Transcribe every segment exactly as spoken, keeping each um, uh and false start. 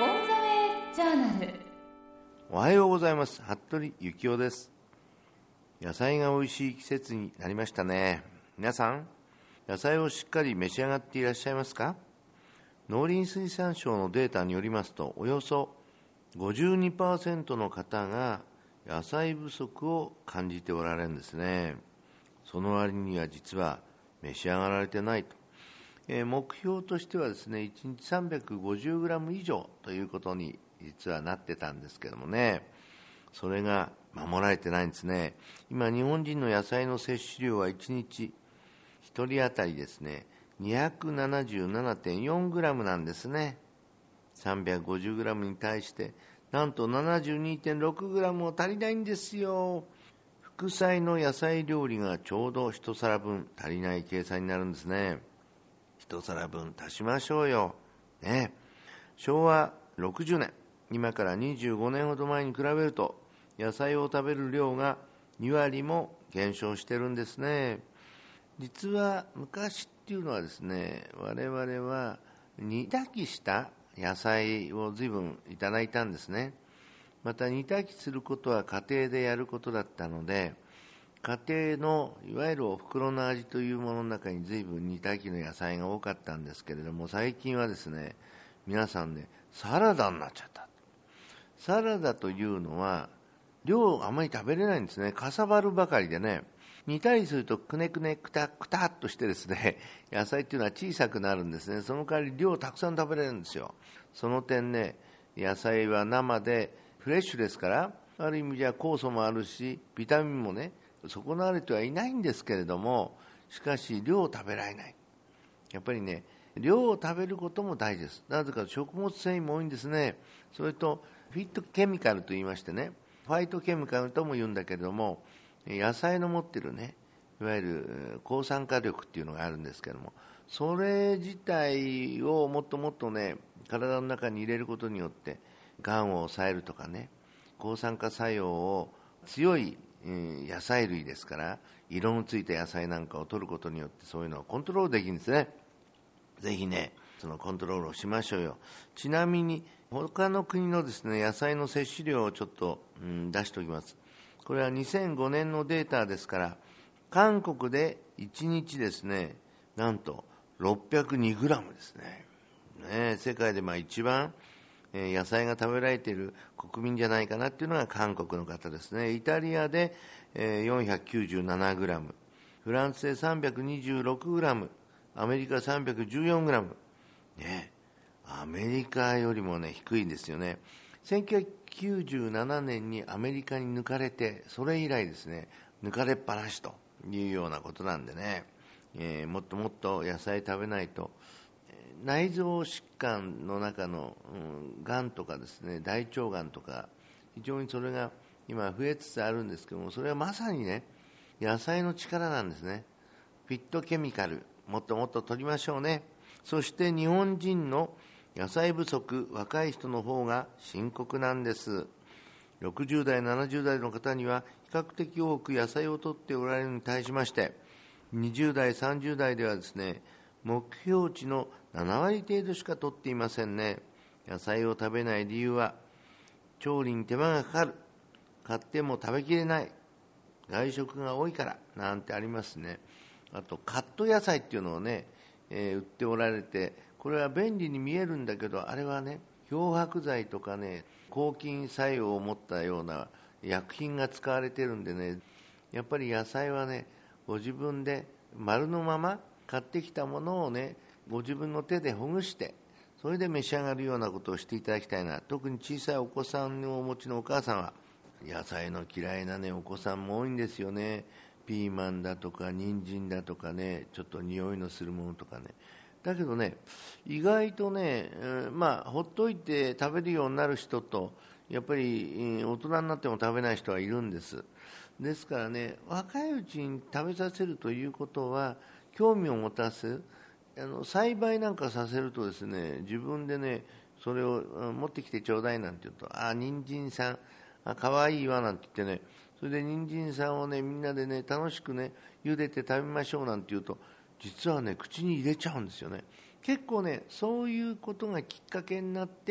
オンザウェイジャーナル。 おはようございます。服部幸男です。野菜が美味しい季節になりましたね。皆さん、野菜をしっかり召し上がっていらっしゃいますか？農林水産省のデータによりますと、およそ ごじゅうにパーセント の方が野菜不足を感じておられるんですね。その割には実は召し上がられてないと。えー、目標としてはですね、いちにち さんびゃくごじゅうグラム 以上ということに実はなってたんですけどもね、それが守られてないんですね。今、日本人の野菜の摂取量はいちにちひとり当たりですね、にひゃくななじゅうななてんよんグラム なんですね。さんびゃくごじゅうグラム に対して、なんと ななじゅうにてんろくグラム も足りないんですよ。副菜の野菜料理がちょうど一皿分足りない計算になるんですね。一皿分足しましょうよ。ね。しょうわろくじゅうねん、今からにじゅうごねんほど前に比べると、野菜を食べる量がにわりも減少してるんですね。実は昔っていうのはですね、我々は煮炊きした野菜を随分いただいたんですね。また煮炊きすることは家庭でやることだったので、家庭のいわゆるお袋の味というものの中に随分煮炊きの野菜が多かったんですけれども、最近はですね、皆さんね、サラダになっちゃった。サラダというのは量あまり食べれないんですね。かさばるばかりでね、煮たりするとくねくねくたくたっとしてですね、野菜っていうのは小さくなるんですね。その代わり量たくさん食べれるんですよ。その点ね、野菜は生でフレッシュですから、ある意味じゃ酵素もあるし、ビタミンもね、損なわれてはいないんですけれども、しかし量を食べられない。やっぱりね、量を食べることも大事です。なぜか食物繊維も多いんですね。それとフィットケミカルと言いましてね、ファイトケミカルとも言うんだけれども、野菜の持っているね、いわゆる抗酸化力っていうのがあるんですけども、それ自体をもっともっとね、体の中に入れることによってがんを抑えるとかね、抗酸化作用を強い野菜類ですから、色のついた野菜なんかを取ることによってそういうのをコントロールできるんですね。ぜひね、そのコントロールをしましょうよ。ちなみに他の国のですね、野菜の摂取量をちょっと、うん、出しておきます。これはにせんごねんのデータですから、韓国でいちにちですね、なんと ろっぴゃくにグラム ですね。ね、世界でまあ一番野菜が食べられている国民じゃないかなっていうのが韓国の方ですね。イタリアで よんひゃくきゅうじゅうななグラム、フランスで さんびゃくにじゅうろくグラム、アメリカ さんびゃくじゅうよんグラム、ね、アメリカよりもね低いんですよね。せんきゅうひゃくきゅうじゅうななねんにアメリカに抜かれて、それ以来ですね、抜かれっぱなしというようなことなんでね、えー、もっともっと野菜食べないと、内臓疾患の中の、うん、がんとかですね、大腸がんとか、非常にそれが今増えつつあるんですけども、それはまさにね、野菜の力なんですね。フィットケミカル、もっともっと取りましょうね。そして日本人の野菜不足、若い人の方が深刻なんです。ろくじゅうだい、ななじゅうだいの方には比較的多く野菜を摂っておられるに対しまして、にじゅうだい、さんじゅうだいではですね、目標値のななわり程度しか摂っていませんね。野菜を食べない理由は、調理に手間がかかる、買っても食べきれない、外食が多いからなんてありますね。あとカット野菜っていうのをね、えー、売っておられて、これは便利に見えるんだけど、あれはね、漂白剤とかね、抗菌作用を持ったような薬品が使われてるんでね、やっぱり野菜はね、ご自分で丸のまま買ってきたものをね、ご自分の手でほぐして、それで召し上がるようなことをしていただきたいな。特に小さいお子さんをお持ちのお母さんは、野菜の嫌いなね、お子さんも多いんですよね。ピーマンだとか人参だとかね、ちょっと匂いのするものとかね。だけどね、意外とね、えー、まあほっといて食べるようになる人と、やっぱり、えー、大人になっても食べない人はいるんです。ですからね、若いうちに食べさせるということは興味を持たせ、あの栽培なんかさせるとですね、自分でね、それを持ってきてちょうだいなんて言うと、あ、人参さん、あ、かわいいわなんて言ってね、それで人参さんをね、みんなでね、楽しくね、茹でて食べましょうなんて言うと、実はね、口に入れちゃうんですよね。結構ね、そういうことがきっかけになって、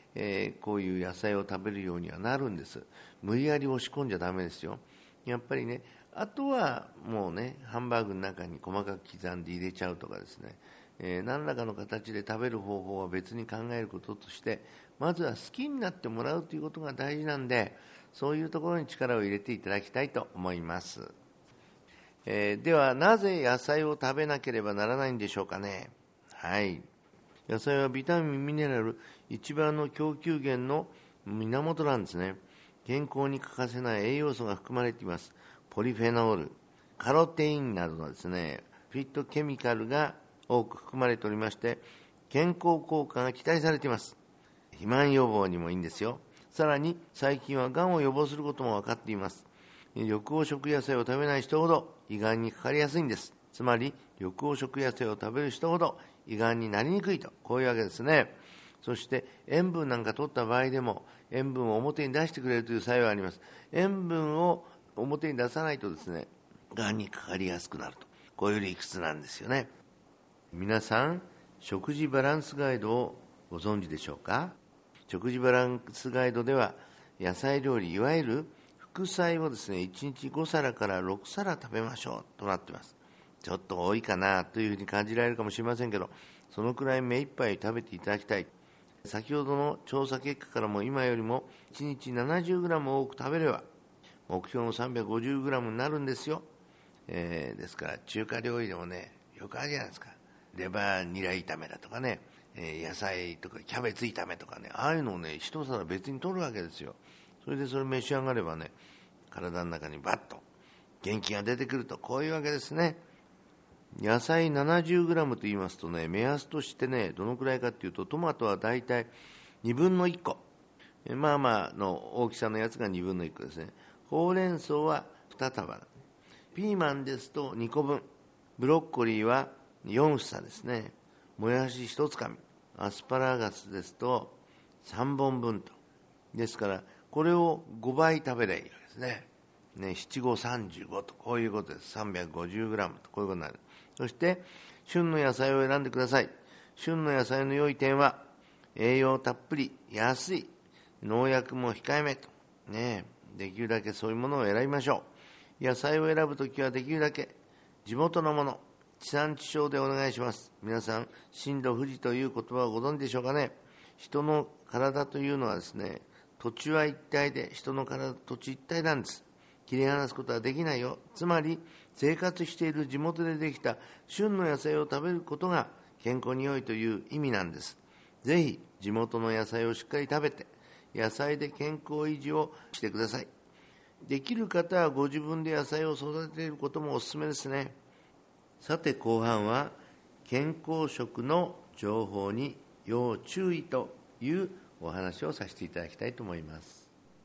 えー、こういう野菜を食べるようにはなるんです。無理やり押し込んじゃダメですよ。やっぱりね、あとはもうね、ハンバーグの中に細かく刻んで入れちゃうとかですね、えー、何らかの形で食べる方法は別に考えることとして、まずは好きになってもらうということが大事なんで、そういうところに力を入れていただきたいと思います。えー、では、なぜ野菜を食べなければならないんでしょうかね。はい。野菜はビタミン、ミネラル、一番の供給源の源なんですね。健康に欠かせない栄養素が含まれています。ポリフェノール、カロテインなどのですね、フィットケミカルが多く含まれておりまして、健康効果が期待されています。肥満予防にもいいんですよ。さらに最近はがんを予防することも分かっています。緑黄色野菜を食べない人ほど胃がんにかかりやすいんです。つまり緑黄色野菜を食べる人ほど胃がんになりにくいと、こういうわけですね。そして塩分なんか取った場合でも塩分を表に出してくれるという作用があります。塩分を表に出さないとですね、がんにかかりやすくなると、こういう理屈なんですよね。皆さん、食事バランスガイドをご存知でしょうか。食事バランスガイドでは野菜料理、いわゆる副菜をですね、いちにちごさらからろくさら食べましょうとなっています。ちょっと多いかなというふうに感じられるかもしれませんけど、そのくらい目いっぱい食べていただきたい。先ほどの調査結果からも今よりもいちにち ななじゅうグラム 多く食べれば目標の さんびゃくごじゅうグラム になるんですよ。えー、ですから中華料理でもね、よくあるじゃないですか。レバーニラ炒めだとかね、えー、野菜とかキャベツ炒めとかね、ああいうのをね、一皿別に取るわけですよ。それでそれ召し上がればね、体の中にバッと元気が出てくると、こういうわけですね。野菜 ななじゅうグラム と言いますとね、目安としてね、どのくらいかというと、トマトはだいたいにぶんのいっこ、まあまあの大きさのやつがにぶんのいっこですね。ほうれん草はにたば、ピーマンですとにこぶん、ブロッコリーはよん房ですね。もやしひとつかみ、アスパラガスですとさんぼんぶんと。ですからこれをごばい食べればいいわけですね。ね、ななごさんじゅうごと、こういうことです。さんびゃくごじゅうグラム と、こういうことになる。そして旬の野菜を選んでください。旬の野菜の良い点は栄養たっぷり、安い、農薬も控えめと、ね、できるだけそういうものを選びましょう。野菜を選ぶときはできるだけ地元のもの、地産地消でお願いします。皆さん、震度富士という言葉をご存知でしょうかね。人の体というのはですね、土地は一体で、人の体、土地一体なんです。切り離すことはできないよ。つまり、生活している地元でできた旬の野菜を食べることが健康に良いという意味なんです。ぜひ、地元の野菜をしっかり食べて、野菜で健康維持をしてください。できる方はご自分で野菜を育てることもおすすめですね。さて後半は健康食の情報に要注意というお話をさせていただきたいと思います。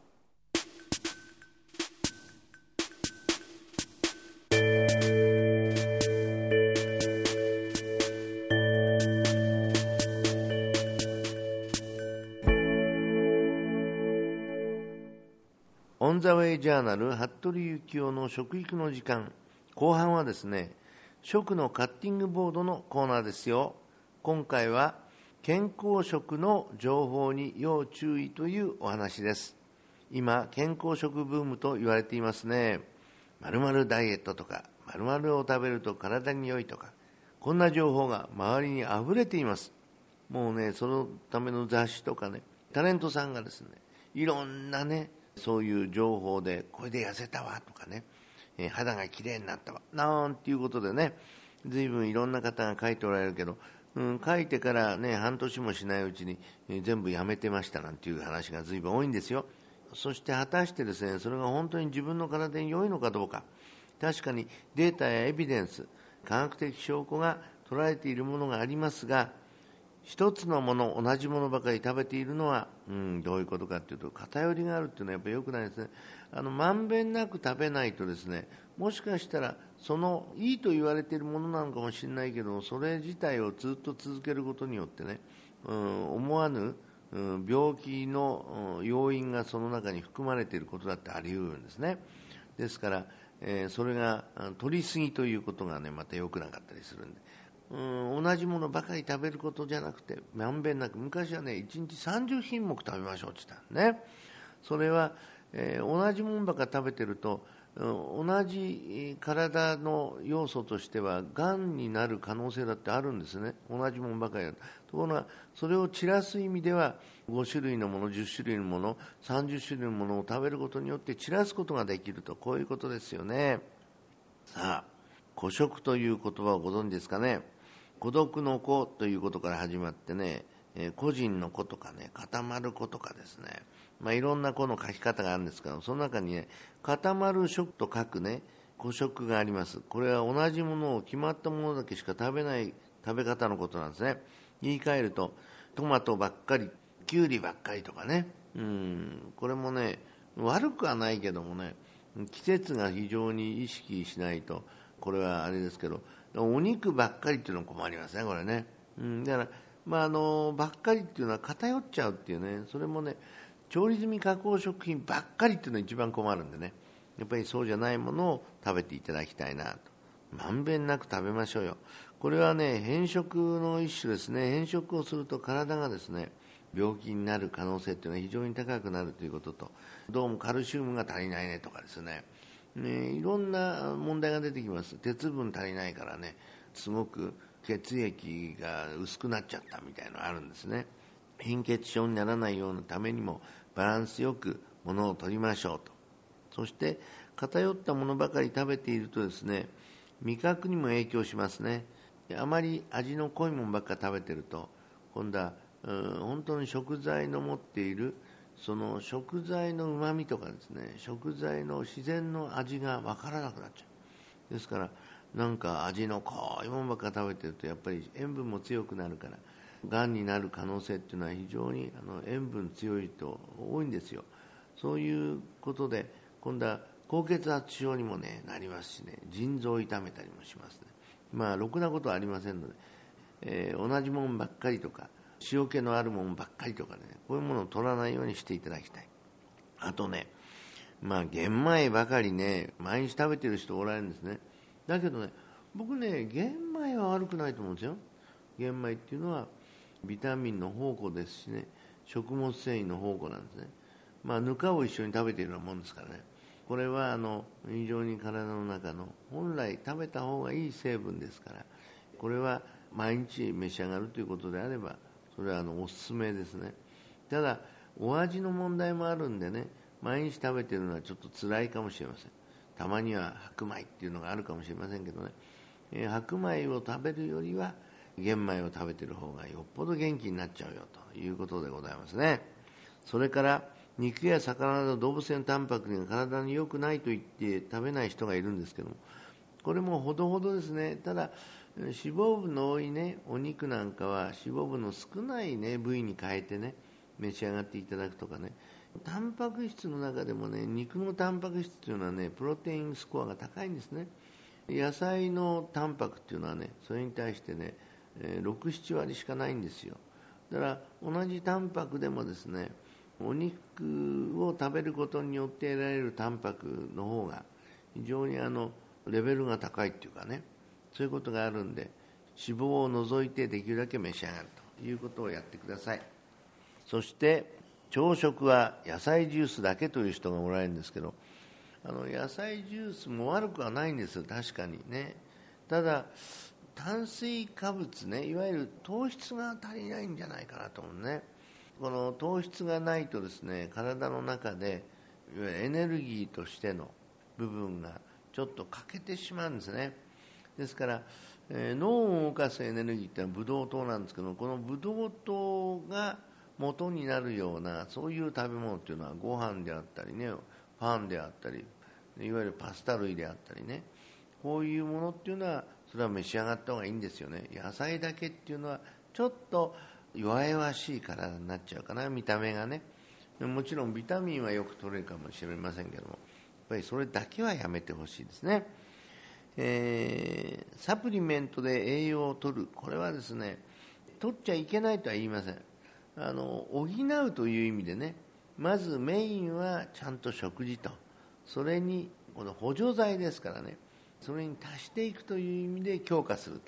オンザウェイジャーナル服部幸男の食育の時間、後半はですね、食のカッティングボードのコーナーですよ。今回は健康食の情報に要注意というお話です。今健康食ブームと言われていますね。〇〇ダイエットとか〇〇を食べると体に良いとか、こんな情報が周りにあふれています。もうね、そのための雑誌とかね、タレントさんがですね、いろんなね、そういう情報でこれで痩せたわとかね、えー、肌がきれいになったわなんていうことでね、随分いろんな方が書いておられるけど、うん、書いてからね半年もしないうちに、えー、全部やめてましたなんていう話が随分多いんですよ。そして果たしてですね、それが本当に自分の体に良いのかどうか、確かにデータやエビデンス、科学的証拠が捉えているものがありますが、一つのもの、同じものばかり食べているのは、うん、どういうことかというと、偏りがあるというのはやっぱり良くないですね。あの、まんべんなく食べないとですね、もしかしたら、その、いいと言われているものなのかもしれないけど、それ自体をずっと続けることによってね、うん、思わぬ、うん、病気の、うん、要因がその中に含まれていることだってあり得るんですね。ですから、えー、それが取りすぎということがね、また良くなかったりするんで、 うん、同じものばかり食べることじゃなくて、まんべんなく、昔はねいちにちさんじゅうひんもく食べましょうって言ったね。それは、えー、同じものばかり食べてると、うん、同じ体の要素としてはがんになる可能性だってあるんですね。同じものばかりだと。ところがそれを散らす意味ではごしゅるいのもの、じゅっしゅるいのもの、さんじゅっしゅるいのものを食べることによって散らすことができると、こういうことですよね。さあ、孤食という言葉をご存知ですかね。孤独の孤ということから始まってね、えー、個人の孤とかね、固まる孤とかですね、まあ、いろんな孤の書き方があるんですけど、その中にね、固まる食と書くね、孤食があります。これは同じものを決まったものだけしか食べない食べ方のことなんですね。言い換えると、トマトばっかり、キュウリばっかりとかね、うん、これもね、悪くはないけどもね、季節が非常に意識しないと、これはあれですけど、お肉ばっかりっていうのも困りますね、これね。うん、だから、まあ、あの、ばっかりっていうのは偏っちゃうっていうね、それもね、調理済み加工食品ばっかりっていうのが一番困るんでね、やっぱりそうじゃないものを食べていただきたいなと。まんべんなく食べましょうよ。これはね、変色の一種ですね。変色をすると体がですね、病気になる可能性っていうのは非常に高くなるということと、どうもカルシウムが足りないねとかですね、ね、いろんな問題が出てきます。鉄分足りないからね、すごく血液が薄くなっちゃったみたいなのがあるんですね。貧血症にならないようなためにもバランスよくものを取りましょうと。そして偏ったものばかり食べているとですね、味覚にも影響しますね。あまり味の濃いものばっかり食べてると、今度はうん本当に食材の持っているその食材のうまみとかですね、食材の自然の味が分からなくなっちゃう。ですからなんか味の濃いものばっかり食べてるとやっぱり塩分も強くなるから、がんになる可能性っていうのは非常にあの塩分強い人多いんですよ。そういうことで今度は高血圧症にも、ね、なりますしね、腎臓を痛めたりもしますね。まあろくなことはありませんので、えー、同じものばっかりとか塩気のあるものばっかりとかね、こういうものを取らないようにしていただきたい。あとね、まあ玄米ばかりね毎日食べてる人おられるんですね。だけどね、僕ね玄米は悪くないと思うんですよ。玄米っていうのはビタミンの宝庫ですしね、食物繊維の宝庫なんですね。まあぬかを一緒に食べているようなもんですからね。これはあの非常に体の中の本来食べた方がいい成分ですから、これは毎日召し上がるということであればそれはあのおすすめですね。ただお味の問題もあるんでね、毎日食べてるのはちょっと辛いかもしれません。たまには白米っていうのがあるかもしれませんけどね、えー、白米を食べるよりは玄米を食べてる方がよっぽど元気になっちゃうよということでございますね。それから肉や魚など動物性のタンパクが体に良くないと言って食べない人がいるんですけども、これもほどほどですね。ただ脂肪分の多いねお肉なんかは脂肪分の少ないね部位に変えてね召し上がっていただくとかね。タンパク質の中でもね、肉のタンパク質というのはねプロテインスコアが高いんですね。野菜のタンパクっていうのはねそれに対してねろく、ななわりしかないんですよ。だから同じタンパクでもですね、お肉を食べることによって得られるタンパクの方が非常にあのレベルが高いっていうかね、そういうことがあるんで、脂肪を除いてできるだけ召し上がるということをやってください。そして朝食は野菜ジュースだけという人がおられるんですけど、あの野菜ジュースも悪くはないんですよ、確かにね。ただ炭水化物ね、いわゆる糖質が足りないんじゃないかなと思うね。この糖質がないとですね、体の中でいわゆるエネルギーとしての部分がちょっと欠けてしまうんですね。ですから、えー、脳を動かすエネルギーってのはブドウ糖なんですけど、このブドウ糖が元になるようなそういう食べ物っていうのはご飯であったりね、パンであったり、いわゆるパスタ類であったりね、こういうものっていうのはそれは召し上がった方がいいんですよね。野菜だけっていうのはちょっと弱々しい体になっちゃうかな、見た目がね。もちろんビタミンはよく取れるかもしれませんけども、やっぱりそれだけはやめてほしいですね。えー、サプリメントで栄養を取る、これはですね、取っちゃいけないとは言いません。あの補うという意味でね、まずメインはちゃんと食事と、それにこの補助剤ですからね、それに足していくという意味で強化すると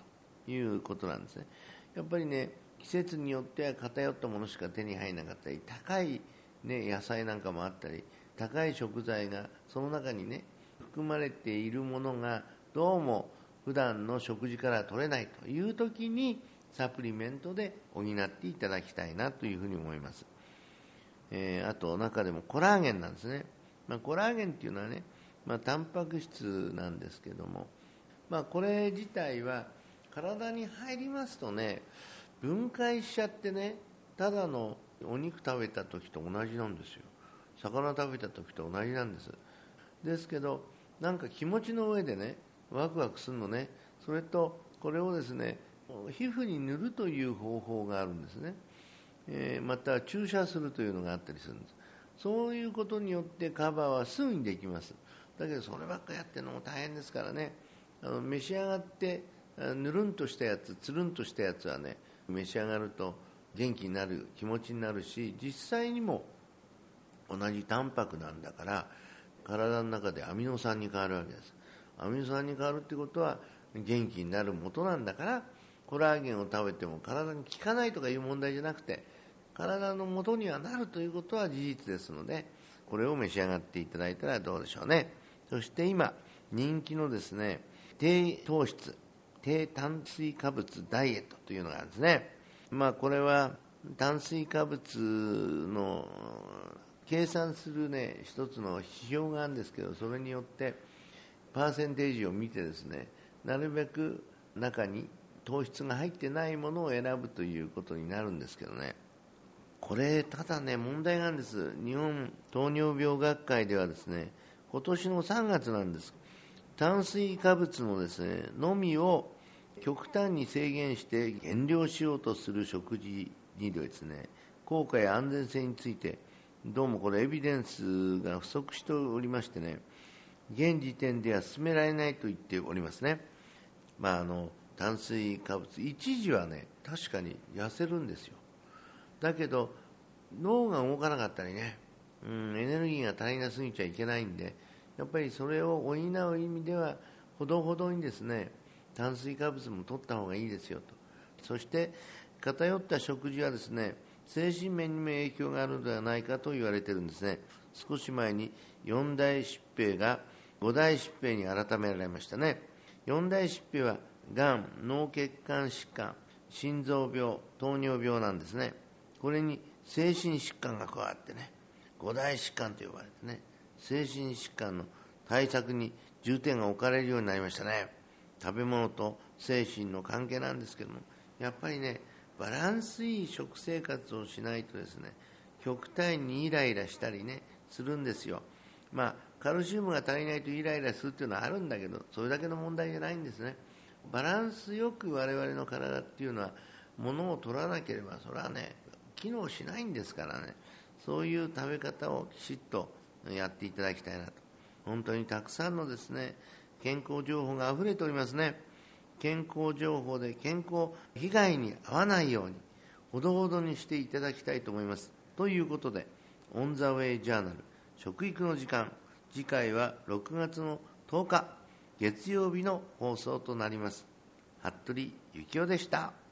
いうことなんですね。やっぱりね、季節によっては偏ったものしか手に入らなかったり、高い、ね、野菜なんかもあったり、高い食材がその中にね含まれているものがどうも普段の食事から取れないという時にサプリメントで補っていただきたいなというふうに思います。えー、あと中でもコラーゲンなんですね。まあ、コラーゲンっていうのはね、まあ、タンパク質なんですけども、まあ、これ自体は体に入りますとね、分解しちゃってね、ただのお肉食べた時と同じなんですよ。魚食べた時と同じなんです。ですけど、なんか気持ちの上でね、ワクワクするのね。それとこれをですね、皮膚に塗るという方法があるんですね。えー、また注射するというのがあったりするんです。そういうことによってカバーはすぐにできます。だけどそればっかやってるのも大変ですからね、あの召し上がってぬるんとしたやつ、つるんとしたやつはね、召し上がると元気になる、気持ちになるし、実際にも同じタンパクなんだから体の中でアミノ酸に変わるわけです。アミノ酸に変わるってことは元気になる元なんだから、コラーゲンを食べても体に効かないとかいう問題じゃなくて、体の元にはなるということは事実ですので、これを召し上がっていただいたらどうでしょうね。そして今人気のですね、低糖質低炭水化物ダイエットというのがあるんですね。まあこれは炭水化物の計算するね、一つの指標があるんですけど、それによってパーセンテージを見てですね、なるべく中に糖質が入ってないものを選ぶということになるんですけどね、これただね、問題があるんです。日本糖尿病学会ではですね、今年のさんがつなんです、炭水化物のですねのみを極端に制限して減量しようとする食事にですね、効果や安全性についてどうもこれエビデンスが不足しておりましてね、現時点では進められないと言っておりますね。まああの炭水化物、一時はね確かに痩せるんですよ。だけど脳が動かなかったりね、うん、エネルギーが足りなすぎちゃいけないんで、やっぱりそれを補う意味ではほどほどにですね、炭水化物も取った方がいいですよと。そして偏った食事はですね、精神面にも影響があるのではないかと言われているんですね。少し前に四大疾病が五大疾病に改められましたね。四大疾病はがん、脳血管疾患、心臓病、糖尿病なんですね。これに精神疾患が加わってね、五大疾患と呼ばれてね、精神疾患の対策に重点が置かれるようになりましたね。食べ物と精神の関係なんですけども、やっぱりね、バランスいい食生活をしないとですね、極端にイライラしたりねするんですよ。まあカルシウムが足りないとイライラするっていうのはあるんだけど、それだけの問題じゃないんですね。バランスよく我々の体っていうのは物を取らなければそれはね機能しないんですからね、そういう食べ方をきちっとやっていただきたいなと。本当にたくさんのですね健康情報があふれておりますね。健康情報で健康被害に遭わないようにほどほどにしていただきたいと思います。ということで、オンザウェイジャーナル食育の時間、次回はろくがつのとおか月曜日の放送となります。服部幸男でした。